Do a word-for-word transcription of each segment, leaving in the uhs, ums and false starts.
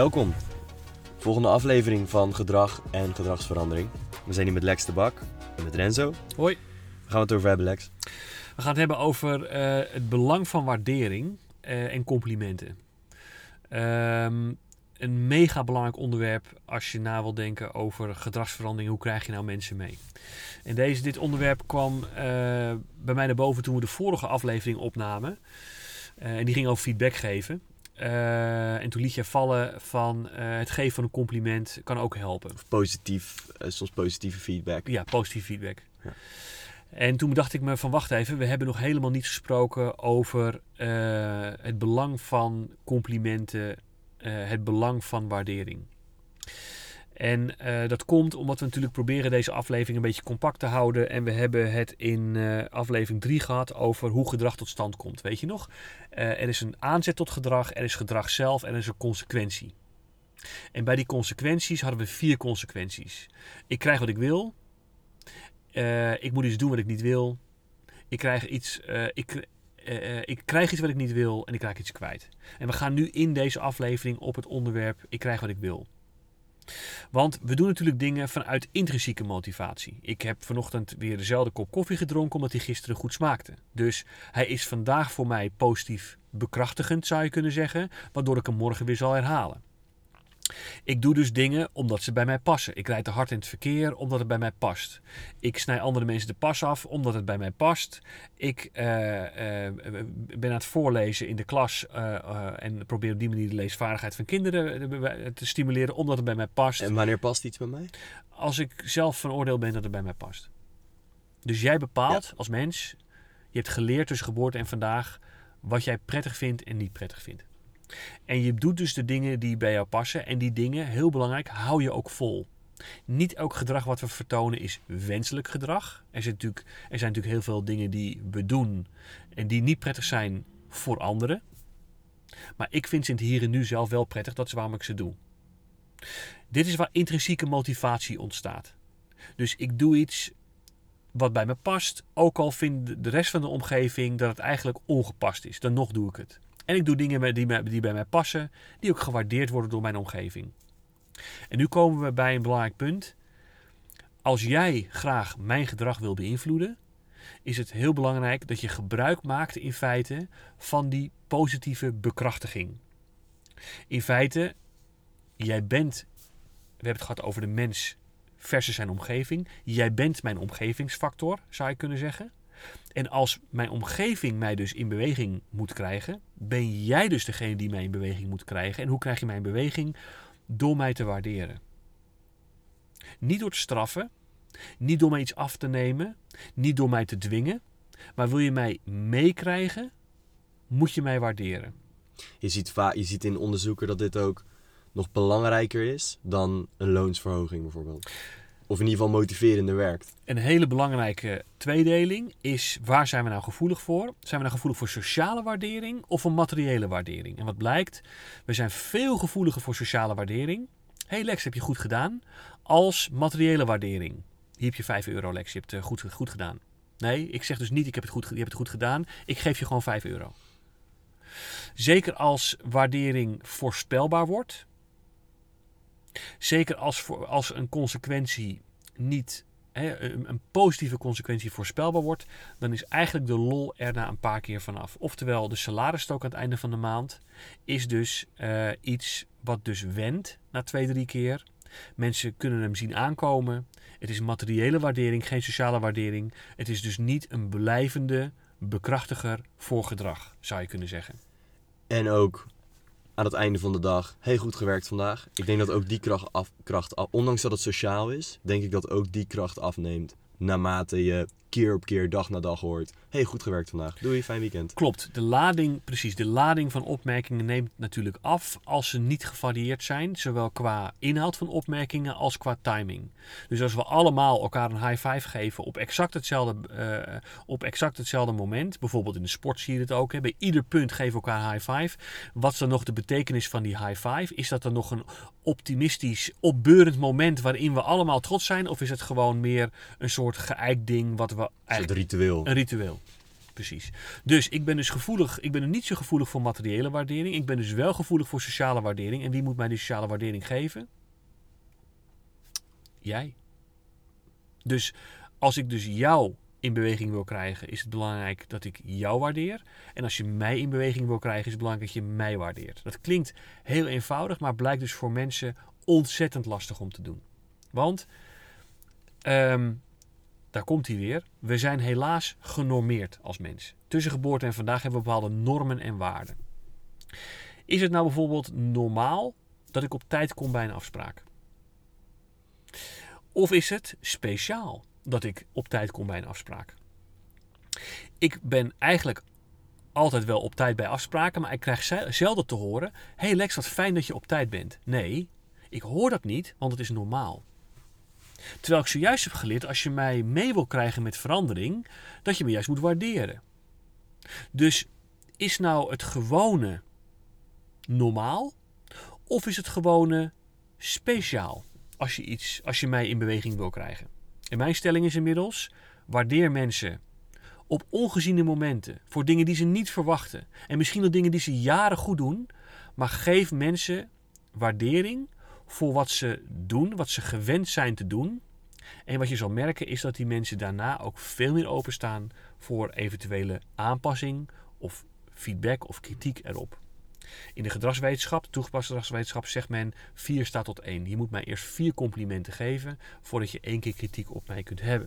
Welkom. Volgende aflevering van Gedrag en Gedragsverandering. We zijn hier met Lex de Bak en met Renzo. Hoi. Waar gaan we het over hebben, Lex? We gaan het hebben over uh, het belang van waardering uh, en complimenten. Um, een mega belangrijk onderwerp als je na wil denken over gedragsverandering. Hoe krijg je nou mensen mee? En deze, dit onderwerp kwam uh, bij mij naar boven toen we de vorige aflevering opnamen. Uh, en die ging over feedback geven. Uh, en toen liet je vallen van uh, het geven van een compliment kan ook helpen. Of positief, uh, soms positieve feedback. Ja, positieve feedback. Ja. En toen dacht ik me van wacht even, we hebben nog helemaal niet gesproken over uh, het belang van complimenten, uh, het belang van waardering. En uh, dat komt omdat we natuurlijk proberen deze aflevering een beetje compact te houden. En we hebben het in uh, aflevering drie gehad over hoe gedrag tot stand komt. Weet je nog? Uh, er is een aanzet tot gedrag, er is gedrag zelf en er is een consequentie. En bij die consequenties hadden we vier consequenties. Ik krijg wat ik wil. Uh, ik moet iets doen wat ik niet wil. Ik krijg iets, uh, ik, uh, ik krijg iets wat ik niet wil en ik raak iets kwijt. En we gaan nu in deze aflevering op het onderwerp ik krijg wat ik wil. Want we doen natuurlijk dingen vanuit intrinsieke motivatie. Ik heb vanochtend weer dezelfde kop koffie gedronken omdat hij gisteren goed smaakte. Dus hij is vandaag voor mij positief bekrachtigend, zou je kunnen zeggen, waardoor ik hem morgen weer zal herhalen. Ik doe dus dingen omdat ze bij mij passen. Ik rijd te hard in het verkeer omdat het bij mij past. Ik snij andere mensen de pas af omdat het bij mij past. Ik uh, uh, ben aan het voorlezen in de klas uh, uh, en probeer op die manier de leesvaardigheid van kinderen te stimuleren omdat het bij mij past. En wanneer past iets bij mij? Als ik zelf van oordeel ben dat het bij mij past. Dus jij bepaalt ja. als mens, je hebt geleerd tussen geboorte en vandaag wat jij prettig vindt en niet prettig vindt. En je doet dus de dingen die bij jou passen. En die dingen, heel belangrijk, hou je ook vol. Niet elk gedrag wat we vertonen is wenselijk gedrag. Er zijn natuurlijk, er zijn natuurlijk heel veel dingen die we doen en die niet prettig zijn voor anderen. Maar ik vind ze in het hier en nu zelf wel prettig. Dat is waarom ik ze doe. Dit is waar intrinsieke motivatie ontstaat. Dus ik doe iets wat bij me past. Ook al vindt de rest van de omgeving dat het eigenlijk ongepast is. Dan nog doe ik het. En ik doe dingen die, die bij mij passen, die ook gewaardeerd worden door mijn omgeving. En nu komen we bij een belangrijk punt. Als jij graag mijn gedrag wil beïnvloeden, is het heel belangrijk dat je gebruik maakt in feite van die positieve bekrachtiging. In feite, jij bent, we hebben het gehad over de mens versus zijn omgeving. Jij bent mijn omgevingsfactor, zou je kunnen zeggen. En als mijn omgeving mij dus in beweging moet krijgen, ben jij dus degene die mij in beweging moet krijgen. En hoe krijg je mij in beweging? Door mij te waarderen. Niet door te straffen, niet door mij iets af te nemen, niet door mij te dwingen. Maar wil je mij meekrijgen, moet je mij waarderen. Je ziet, va- je ziet in onderzoeken dat dit ook nog belangrijker is dan een loonsverhoging bijvoorbeeld. Of in ieder geval motiverender werkt. Een hele belangrijke tweedeling is, waar zijn we nou gevoelig voor? Zijn we nou gevoelig voor sociale waardering of voor materiële waardering? En wat blijkt, we zijn veel gevoeliger voor sociale waardering. Hé hey Lex, heb je goed gedaan? Als materiële waardering. Hier heb je vijf euro Lex, je hebt het goed, goed gedaan. Nee, ik zeg dus niet, ik heb het goed, je hebt het goed gedaan. Ik geef je gewoon vijf euro. Zeker als waardering voorspelbaar wordt. Zeker als, voor, als een consequentie niet, hè, een, een positieve consequentie voorspelbaar wordt, dan is eigenlijk de lol er na een paar keer vanaf. Oftewel, de salarisstok aan het einde van de maand is dus uh, iets wat dus wendt na twee, drie keer. Mensen kunnen hem zien aankomen. Het is materiële waardering, geen sociale waardering. Het is dus niet een blijvende bekrachtiger voor gedrag, zou je kunnen zeggen. En ook aan het einde van de dag, hey, goed gewerkt vandaag. Ik denk dat ook die kracht, af, kracht af, ondanks dat het sociaal is, denk ik dat ook die kracht afneemt. Naarmate je keer op keer, dag na dag hoort, hey, goed gewerkt vandaag. Doei, fijn weekend. Klopt, de lading, precies, de lading van opmerkingen neemt natuurlijk af als ze niet gevarieerd zijn. Zowel qua inhoud van opmerkingen als qua timing. Dus als we allemaal elkaar een high five geven op exact hetzelfde, uh, op exact hetzelfde moment. Bijvoorbeeld in de sport zie je het ook. Hè, bij ieder punt geven we elkaar een high five. Wat is dan nog de betekenis van die high five? Is dat dan nog een optimistisch, opbeurend moment waarin we allemaal trots zijn? Of is het gewoon meer een soort geëikt ding wat we eigenlijk... Een ritueel. Een ritueel. Precies. Dus ik ben dus gevoelig, ik ben er niet zo gevoelig voor materiële waardering. Ik ben dus wel gevoelig voor sociale waardering. En wie moet mij die sociale waardering geven? Jij. Dus als ik dus jou in beweging wil krijgen, is het belangrijk dat ik jou waardeer. En als je mij in beweging wil krijgen, is het belangrijk dat je mij waardeert. Dat klinkt heel eenvoudig, maar blijkt dus voor mensen ontzettend lastig om te doen. Want, um, daar komt hij weer, we zijn helaas genormeerd als mens. Tussen geboorte en vandaag hebben we bepaalde normen en waarden. Is het nou bijvoorbeeld normaal dat ik op tijd kom bij een afspraak? Of is het speciaal dat ik op tijd kom bij een afspraak? Ik ben eigenlijk altijd wel op tijd bij afspraken, maar ik krijg zelden te horen: hey Lex, wat fijn dat je op tijd bent. Nee, ik hoor dat niet, want het is normaal. Terwijl ik zojuist heb geleerd, als je mij mee wil krijgen met verandering, dat je me juist moet waarderen. Dus is nou het gewone normaal? Of is het gewone speciaal? Als je, iets, als je mij in beweging wil krijgen. En mijn stelling is inmiddels: waardeer mensen op ongeziene momenten. Voor dingen die ze niet verwachten. En misschien wel dingen die ze jaren goed doen. Maar geef mensen waardering voor wat ze doen. Wat ze gewend zijn te doen. En wat je zal merken is dat die mensen daarna ook veel meer openstaan voor eventuele aanpassing of feedback of kritiek erop. In de gedragswetenschap, de toegepaste gedragswetenschap, zegt men vier staat tot één. Je moet mij eerst vier complimenten geven voordat je één keer kritiek op mij kunt hebben.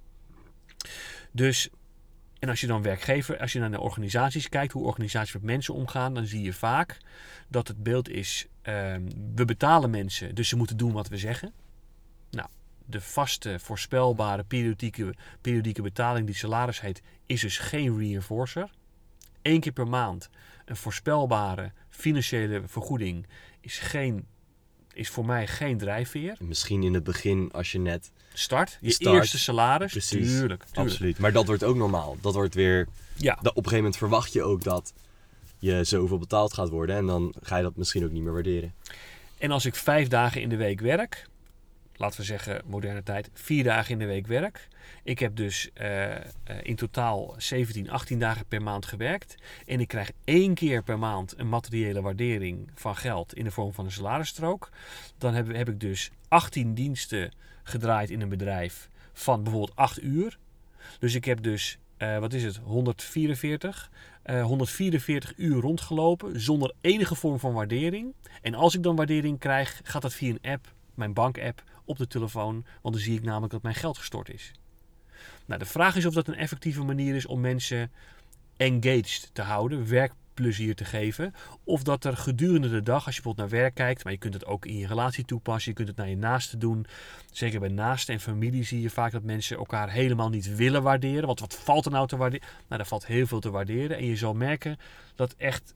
Dus, en als je dan werkgever, als je naar de organisaties kijkt, hoe organisaties met mensen omgaan, dan zie je vaak dat het beeld is, uh, we betalen mensen, dus ze moeten doen wat we zeggen. Nou, de vaste, voorspelbare, periodieke, periodieke betaling die salaris heet, is dus geen reinforcer. Eén keer per maand een voorspelbare financiële vergoeding is, geen, is voor mij geen drijfveer. Misschien in het begin als je net start, je start, eerste salaris. Precies, tuurlijk, tuurlijk. Absoluut. Maar dat wordt ook normaal. Dat wordt weer, ja. dat, op een gegeven moment verwacht je ook dat je zoveel betaald gaat worden. En dan ga je dat misschien ook niet meer waarderen. En als ik vijf dagen in de week werk, laten we zeggen moderne tijd, vier dagen in de week werk. Ik heb dus uh, uh, in totaal zeventien, achttien dagen per maand gewerkt. En ik krijg één keer per maand een materiële waardering van geld in de vorm van een salarisstrook. Dan heb, heb ik dus achttien diensten gedraaid in een bedrijf van bijvoorbeeld acht uur. Dus ik heb dus, uh, wat is het, honderdvierenveertig, uh, honderdvierenveertig uur rondgelopen zonder enige vorm van waardering. En als ik dan waardering krijg, gaat dat via een app, mijn bankapp, op de telefoon, want dan zie ik namelijk dat mijn geld gestort is. Nou, de vraag is of dat een effectieve manier is om mensen engaged te houden, werkplezier te geven, of dat er gedurende de dag, als je bijvoorbeeld naar werk kijkt, maar je kunt het ook in je relatie toepassen, je kunt het naar je naasten doen. Zeker bij naasten en familie zie je vaak dat mensen elkaar helemaal niet willen waarderen, want wat valt er nou te waarderen? Nou, er valt heel veel te waarderen en je zal merken dat echt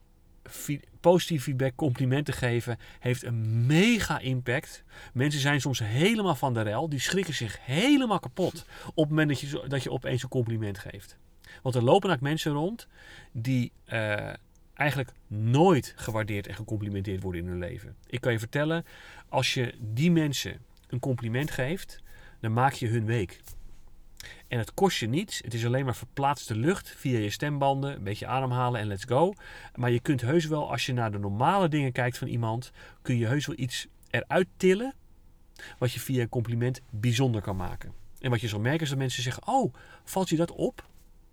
positief feedback, complimenten geven, heeft een mega impact. Mensen zijn soms helemaal van de rel. Die schrikken zich helemaal kapot op het moment dat je, dat je opeens een compliment geeft. Want er lopen ook mensen rond die uh, eigenlijk nooit gewaardeerd en gecomplimenteerd worden in hun leven. Ik kan je vertellen, als je die mensen een compliment geeft, dan maak je hun week. En het kost je niets. Het is alleen maar verplaatste lucht via je stembanden. Een beetje ademhalen en let's go. Maar je kunt heus wel, als je naar de normale dingen kijkt van iemand, kun je heus wel iets eruit tillen wat je via een compliment bijzonder kan maken. En wat je zal merken is dat mensen zeggen, oh, valt je dat op?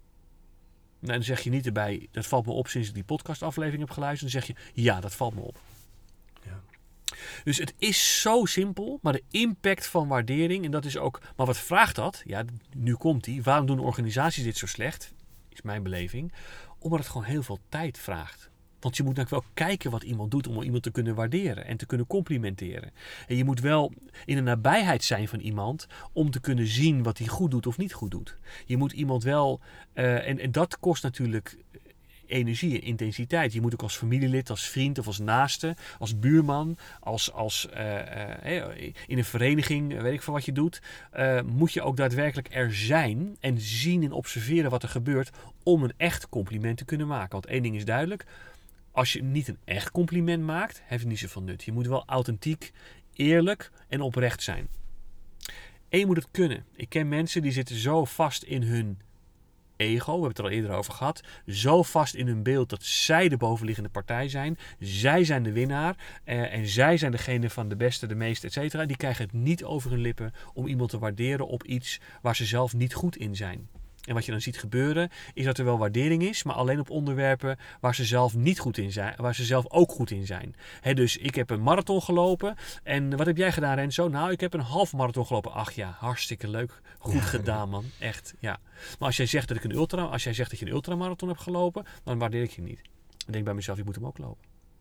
Nou, dan zeg je niet erbij, dat valt me op sinds ik die podcastaflevering heb geluisterd. Dan zeg je, ja, dat valt me op. Ja. Dus het is zo simpel, maar de impact van waardering, en dat is ook, maar wat vraagt dat? Ja, nu komt die. Waarom doen organisaties dit zo slecht? Is mijn beleving. Omdat het gewoon heel veel tijd vraagt. Want je moet natuurlijk wel kijken wat iemand doet om iemand te kunnen waarderen en te kunnen complimenteren. En je moet wel in de nabijheid zijn van iemand om te kunnen zien wat hij goed doet of niet goed doet. Je moet iemand wel, uh, en, en dat kost natuurlijk energie en intensiteit. Je moet ook als familielid, als vriend of als naaste, als buurman, als, als uh, uh, in een vereniging, weet ik veel wat je doet, uh, moet je ook daadwerkelijk er zijn en zien en observeren wat er gebeurt om een echt compliment te kunnen maken. Want één ding is duidelijk, als je niet een echt compliment maakt, heeft het niet zoveel nut. Je moet wel authentiek, eerlijk en oprecht zijn. En je moet het kunnen. Ik ken mensen die zitten zo vast in hun ego, we hebben het er al eerder over gehad, zo vast in hun beeld dat zij de bovenliggende partij zijn. Zij zijn de winnaar uh, en zij zijn degene van de beste, de meeste, et cetera. Die krijgen het niet over hun lippen om iemand te waarderen op iets waar ze zelf niet goed in zijn. En wat je dan ziet gebeuren, is dat er wel waardering is, maar alleen op onderwerpen waar ze zelf niet goed in zijn, waar ze zelf ook goed in zijn. He, dus ik heb een marathon gelopen en wat heb jij gedaan, Renzo? Nou, ik heb een half marathon gelopen. Ach ja, hartstikke leuk. Goed ja. gedaan, man. Echt, ja. Maar als jij zegt dat ik een ultra, als jij zegt dat je een ultramarathon hebt gelopen, dan waardeer ik je niet. Dan denk ik bij mezelf, je moet hem ook lopen.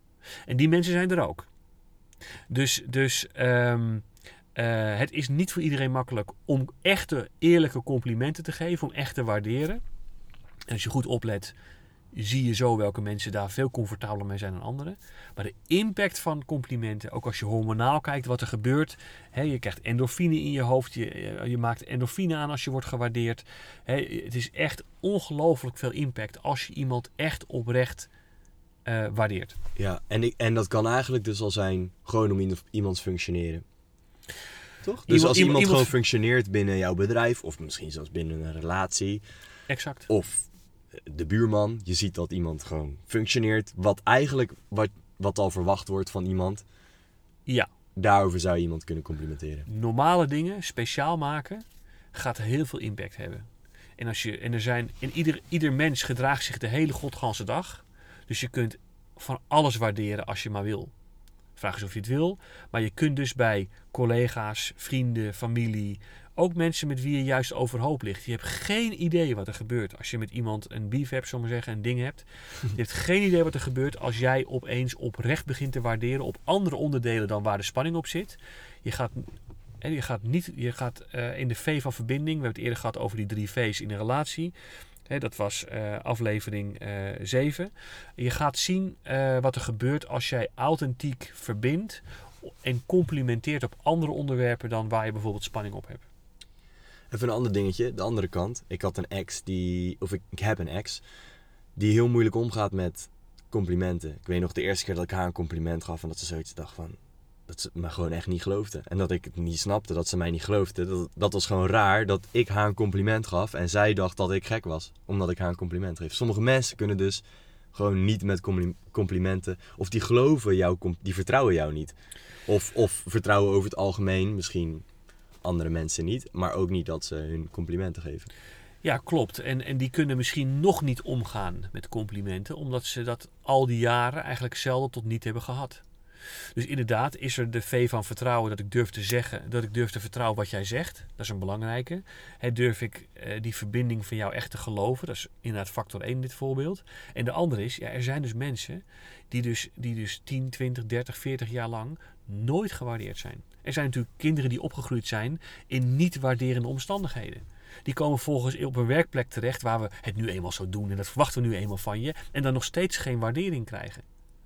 En die mensen zijn er ook. Dus, dus um, Uh, het is niet voor iedereen makkelijk om echte, eerlijke complimenten te geven, om echt te waarderen. En als je goed oplet, zie je zo welke mensen daar veel comfortabeler mee zijn dan anderen. Maar de impact van complimenten, ook als je hormonaal kijkt wat er gebeurt. Hè, je krijgt endorfine in je hoofd, je, je maakt endorfine aan als je wordt gewaardeerd. Hè, het is echt ongelooflijk veel impact als je iemand echt oprecht uh, waardeert. Ja, en, ik, en dat kan eigenlijk dus al zijn gewoon om iemands functioneren. Toch? Dus iemand, als iemand, iemand gewoon functioneert binnen jouw bedrijf, of misschien zelfs binnen een relatie. Exact. Of de buurman, je ziet dat iemand gewoon functioneert, wat eigenlijk, wat, wat al verwacht wordt van iemand. Ja. Daarover zou je iemand kunnen complimenteren. Normale dingen speciaal maken, gaat heel veel impact hebben. En, als je, en, er zijn, en ieder, ieder mens gedraagt zich de hele godganse dag. Dus je kunt van alles waarderen als je maar wil. Vraag is of je het wil. Maar je kunt dus bij collega's, vrienden, familie, ook mensen met wie je juist overhoop ligt. Je hebt geen idee wat er gebeurt als je met iemand een beef hebt, zullen we zeggen, een ding hebt. Je hebt geen idee wat er gebeurt als jij opeens oprecht begint te waarderen op andere onderdelen dan waar de spanning op zit. Je gaat, je gaat, niet, je gaat uh, in de V van verbinding, we hebben het eerder gehad over die drie V's in een relatie. He, dat was uh, aflevering uh, zeven. Je gaat zien uh, wat er gebeurt als jij authentiek verbindt en complimenteert op andere onderwerpen dan waar je bijvoorbeeld spanning op hebt. Even een ander dingetje, de andere kant. Ik had een ex die, of ik, ik heb een ex, die heel moeilijk omgaat met complimenten. Ik weet nog de eerste keer dat ik haar een compliment gaf en dat ze zoiets dacht van, dat ze me gewoon echt niet geloofde. En dat ik het niet snapte, dat ze mij niet geloofde. Dat, dat was gewoon raar, dat ik haar een compliment gaf en zij dacht dat ik gek was, omdat ik haar een compliment geef. Sommige mensen kunnen dus gewoon niet met complimenten, of die geloven jou, die vertrouwen jou niet. Of, of vertrouwen over het algemeen, misschien andere mensen niet, maar ook niet dat ze hun complimenten geven. Ja, klopt. En, en die kunnen misschien nog niet omgaan met complimenten, omdat ze dat al die jaren eigenlijk zelden tot niet hebben gehad. Dus inderdaad is er de V van vertrouwen, dat ik durf te zeggen, dat ik durf te vertrouwen wat jij zegt. Dat is een belangrijke. He, durf ik uh, die verbinding van jou echt te geloven. Dat is inderdaad factor één in dit voorbeeld. En de andere is, ja, er zijn dus mensen die dus, die dus tien, twintig, dertig, veertig jaar lang nooit gewaardeerd zijn. Er zijn natuurlijk kinderen die opgegroeid zijn in niet waarderende omstandigheden. Die komen volgens op een werkplek terecht waar we het nu eenmaal zo doen en dat verwachten we nu eenmaal van je. En dan nog steeds geen waardering krijgen.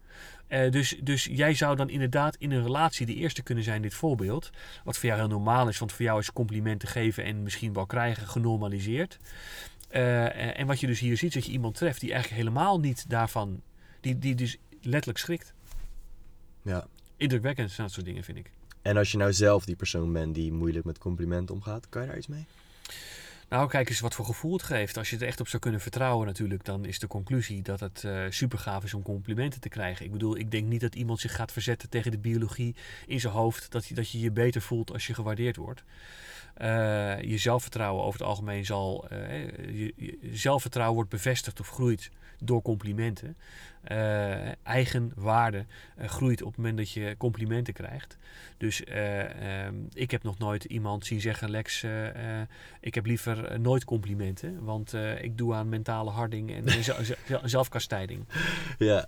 Uh, dus, dus jij zou dan inderdaad in een relatie de eerste kunnen zijn, dit voorbeeld. Wat voor jou heel normaal is, want voor jou is complimenten geven en misschien wel krijgen genormaliseerd. Uh, en wat je dus hier ziet, is dat je iemand treft die eigenlijk helemaal niet daarvan, die, die dus letterlijk schrikt. Ja. Indrukwekkend zijn dat soort dingen, vind ik. En als je nou zelf die persoon bent die moeilijk met complimenten omgaat, kan je daar iets mee? Nou, kijk eens wat voor gevoel het geeft. Als je er echt op zou kunnen vertrouwen natuurlijk, dan is de conclusie dat het uh, super gaaf is om complimenten te krijgen. Ik bedoel, ik denk niet dat iemand zich gaat verzetten tegen de biologie in zijn hoofd, dat je dat je, je beter voelt als je gewaardeerd wordt. Uh, je zelfvertrouwen over het algemeen zal, uh, je, je zelfvertrouwen wordt bevestigd of groeit door complimenten. Uh, eigen waarde uh, groeit op het moment dat je complimenten krijgt. Dus uh, um, ik heb nog nooit iemand zien zeggen, Lex, uh, uh, ik heb liever uh, nooit complimenten, want uh, ik doe aan mentale harding en uh, z- z- zelfkastijding. Ja.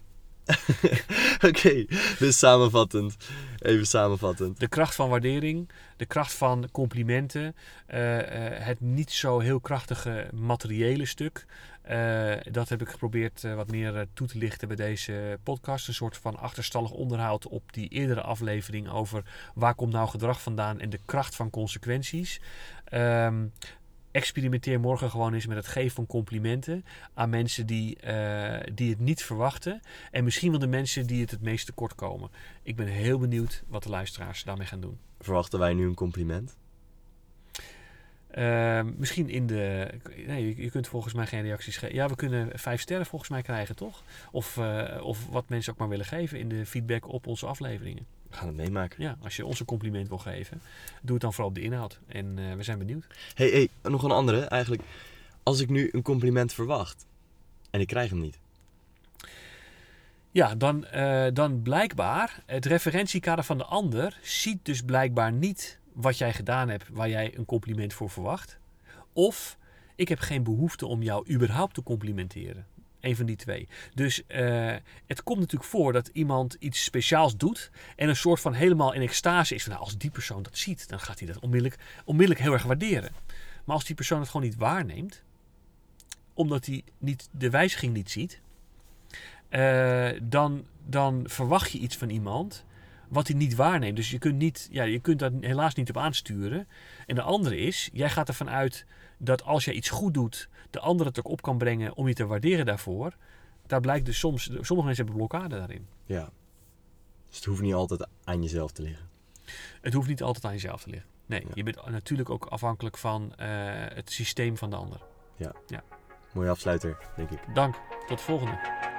Oké, okay, dus samenvattend. Even samenvattend. De kracht van waardering, de kracht van complimenten, uh, uh, het niet zo heel krachtige materiële stuk. Uh, dat heb ik geprobeerd uh, wat meer uh, toe te lichten bij deze podcast. Een soort van achterstallig onderhoud op die eerdere aflevering over waar komt nou gedrag vandaan en de kracht van consequenties. Um, Experimenteer morgen gewoon eens met het geven van complimenten aan mensen die, uh, die het niet verwachten. En misschien wel de mensen die het het meest tekort komen. Ik ben heel benieuwd wat de luisteraars daarmee gaan doen. Verwachten wij nu een compliment? Uh, misschien in de... Nee, je, je kunt volgens mij geen reacties geven. Ja, we kunnen vijf sterren volgens mij krijgen, toch? Of, uh, of wat mensen ook maar willen geven in de feedback op onze afleveringen. We gaan het meemaken. Ja, als je ons een compliment wil geven, doe het dan vooral op de inhoud. En uh, we zijn benieuwd. Hé, hey, hey, nog een andere eigenlijk. Als ik nu een compliment verwacht en ik krijg hem niet. Ja, dan, uh, dan blijkbaar, het referentiekader van de ander ziet dus blijkbaar niet wat jij gedaan hebt waar jij een compliment voor verwacht. Of ik heb geen behoefte om jou überhaupt te complimenteren. Eén van die twee. Dus uh, het komt natuurlijk voor dat iemand iets speciaals doet en een soort van helemaal in extase is. Van, nou, als die persoon dat ziet, dan gaat hij dat onmiddellijk, onmiddellijk heel erg waarderen. Maar als die persoon het gewoon niet waarneemt, omdat hij niet, de wijziging niet ziet, uh, dan, dan verwacht je iets van iemand wat hij niet waarneemt. Dus je kunt, niet, ja, je kunt daar helaas niet op aansturen. En de andere is, jij gaat ervan uit dat als jij iets goed doet, de ander het ook op kan brengen om je te waarderen daarvoor. Daar blijkt dus soms, sommige mensen hebben blokkade daarin. Ja. Dus het hoeft niet altijd aan jezelf te liggen. Het hoeft niet altijd aan jezelf te liggen. Nee, Ja. Je bent natuurlijk ook afhankelijk van uh, het systeem van de ander. Ja. Ja. Mooie afsluiter, denk ik. Dank. Tot de volgende.